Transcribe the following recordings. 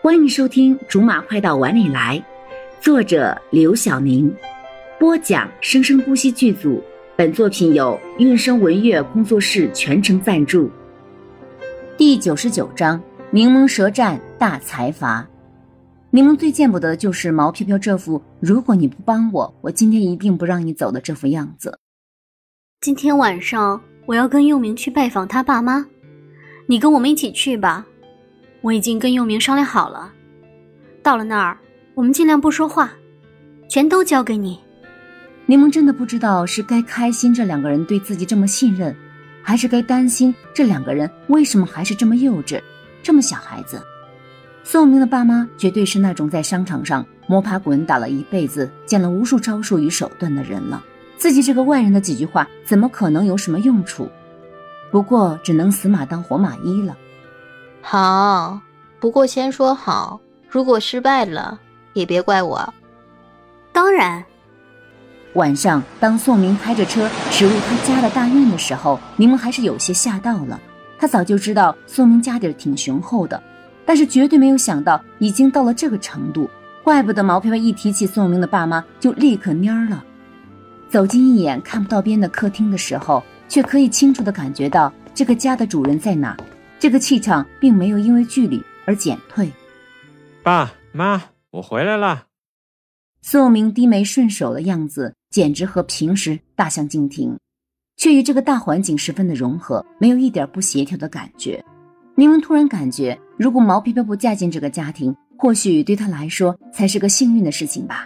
欢迎收听《竹马快到碗里来》，作者刘晓宁，播讲生生不息剧组。本作品由韵声文乐工作室全程赞助。第99章：柠檬舌战大财阀。柠檬最见不得的就是毛飘飘这副如果你不帮我，我今天一定不让你走的这副样子。 今天晚上我要跟佑明去拜访他爸妈，你跟我们一起去吧。我已经跟佑明商量好了，到了那儿我们尽量不说话，全都交给你。 柠檬真的不知道是该开心这两个人对自己这么信任，还是该担心这两个人为什么还是这么幼稚，这么小孩子。宋明的爸妈绝对是那种在商场上摸爬滚打了一辈子，见了无数招数与手段的人了，自己这个外人的几句话怎么可能有什么用处？不过只能死马当活马医了。 好，不过先说好，如果失败了也别怪我。 当然。 晚上当宋明开着车驶入他家的大院的时候，柠檬还是有些吓到了。他早就知道宋明家底挺雄厚的，但是绝对没有想到已经到了这个程度，怪不得毛飘飘一提起宋明的爸妈就立刻蔫了。走近一眼看不到边的客厅的时候，却可以清楚地感觉到这个家的主人在哪，这个气场并没有因为距离而减退。 爸妈，我回来了。 宋明低眉顺手的样子简直和平时大相径庭，却与这个大环境十分的融合，没有一点不协调的感觉。柠檬突然感觉，如果毛飘飘不嫁进这个家庭，或许对他来说才是个幸运的事情吧。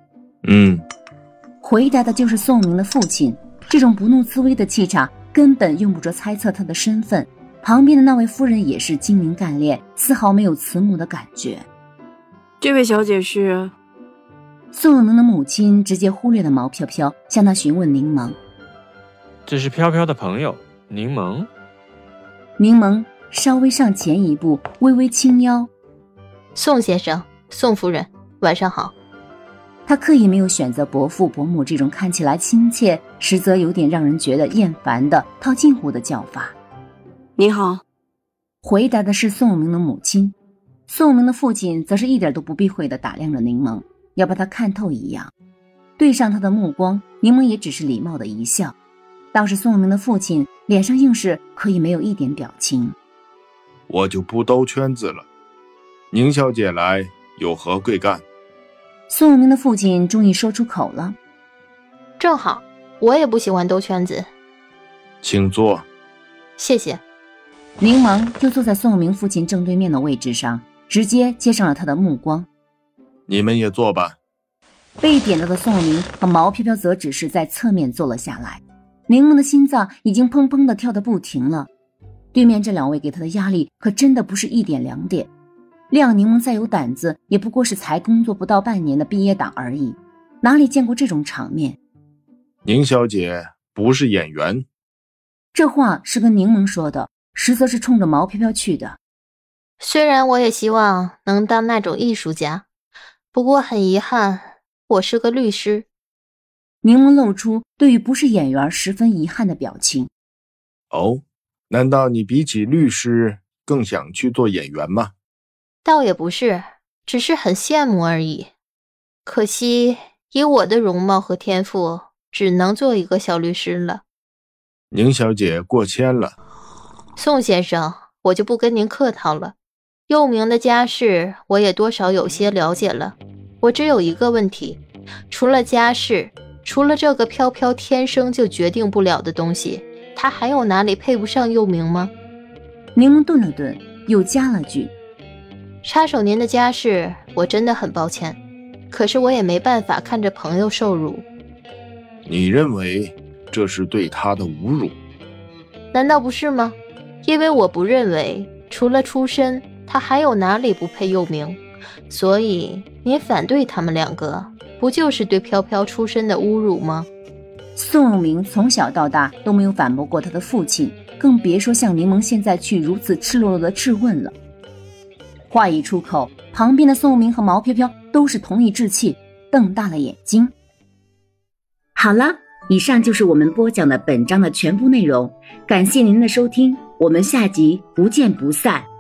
回答的就是宋明的父亲，这种不怒自威的气场根本用不着猜测他的身份。旁边的那位夫人也是精明干练，丝毫没有慈母的感觉。 这位小姐是？ 宋明的母亲直接忽略了毛飘飘，向他询问柠檬。 这是飘飘的朋友，柠檬。 柠檬稍微上前一步，微微轻腰。 宋先生，宋夫人，晚上好。 他刻意没有选择伯父伯母这种看起来亲切，实则有点让人觉得厌烦的套近乎的叫法。 你好。 回答的是宋明的母亲。宋明的父亲则是一点都不避讳地打量着柠檬，要把他看透一样。对上他的目光，柠檬也只是礼貌的一笑。倒是宋明的父亲脸上硬是可以没有一点表情。 我就不兜圈子了，宁小姐来有何贵干？ 宋明的父亲终于说出口了。 正好，我也不喜欢兜圈子。 请坐。 谢谢。 柠檬就坐在宋明父亲正对面的位置上，直接接上了他的目光。 你们也坐吧。 被点到的宋明和毛飘飘则只是在侧面坐了下来。柠檬的心脏已经砰砰地跳得不停了。对面这两位给他的压力可真的不是一点两点。谅柠檬再有胆子，也不过是才工作不到半年的毕业党而已，哪里见过这种场面？ 宁小姐不是演员。 这话是跟柠檬说的，实则是冲着毛飘飘去的。 虽然我也希望能当那种艺术家，不过很遗憾，我是个律师。 柠檬露出对于不是演员十分遗憾的表情。 哦，难道你比起律师更想去做演员吗？ 倒也不是，只是很羡慕而已。可惜以我的容貌和天赋，只能做一个小律师了。 宁小姐过谦了。 宋先生，我就不跟您客套了。佑明的家世我也多少有些了解了，我只有一个问题，除了家世，除了这个飘飘天生就决定不了的东西，他还有哪里配不上佑明吗？ 柠檬顿了顿，又加了句： 插手您的家世，我真的很抱歉，可是我也没办法看着朋友受辱。 你认为这是对他的侮辱？ 难道不是吗？因为我不认为除了出身，他还有哪里不配佑明，所以您反对他们两个，不就是对飘飘出身的侮辱吗？ 宋明从小到大都没有反驳过他的父亲，更别说像柠檬现在去如此赤裸裸的质问了。话一出口，旁边的宋明和毛飘飘都是同一志气，瞪大了眼睛。好了，以上就是我们播讲的本章的全部内容，感谢您的收听，我们下集不见不散。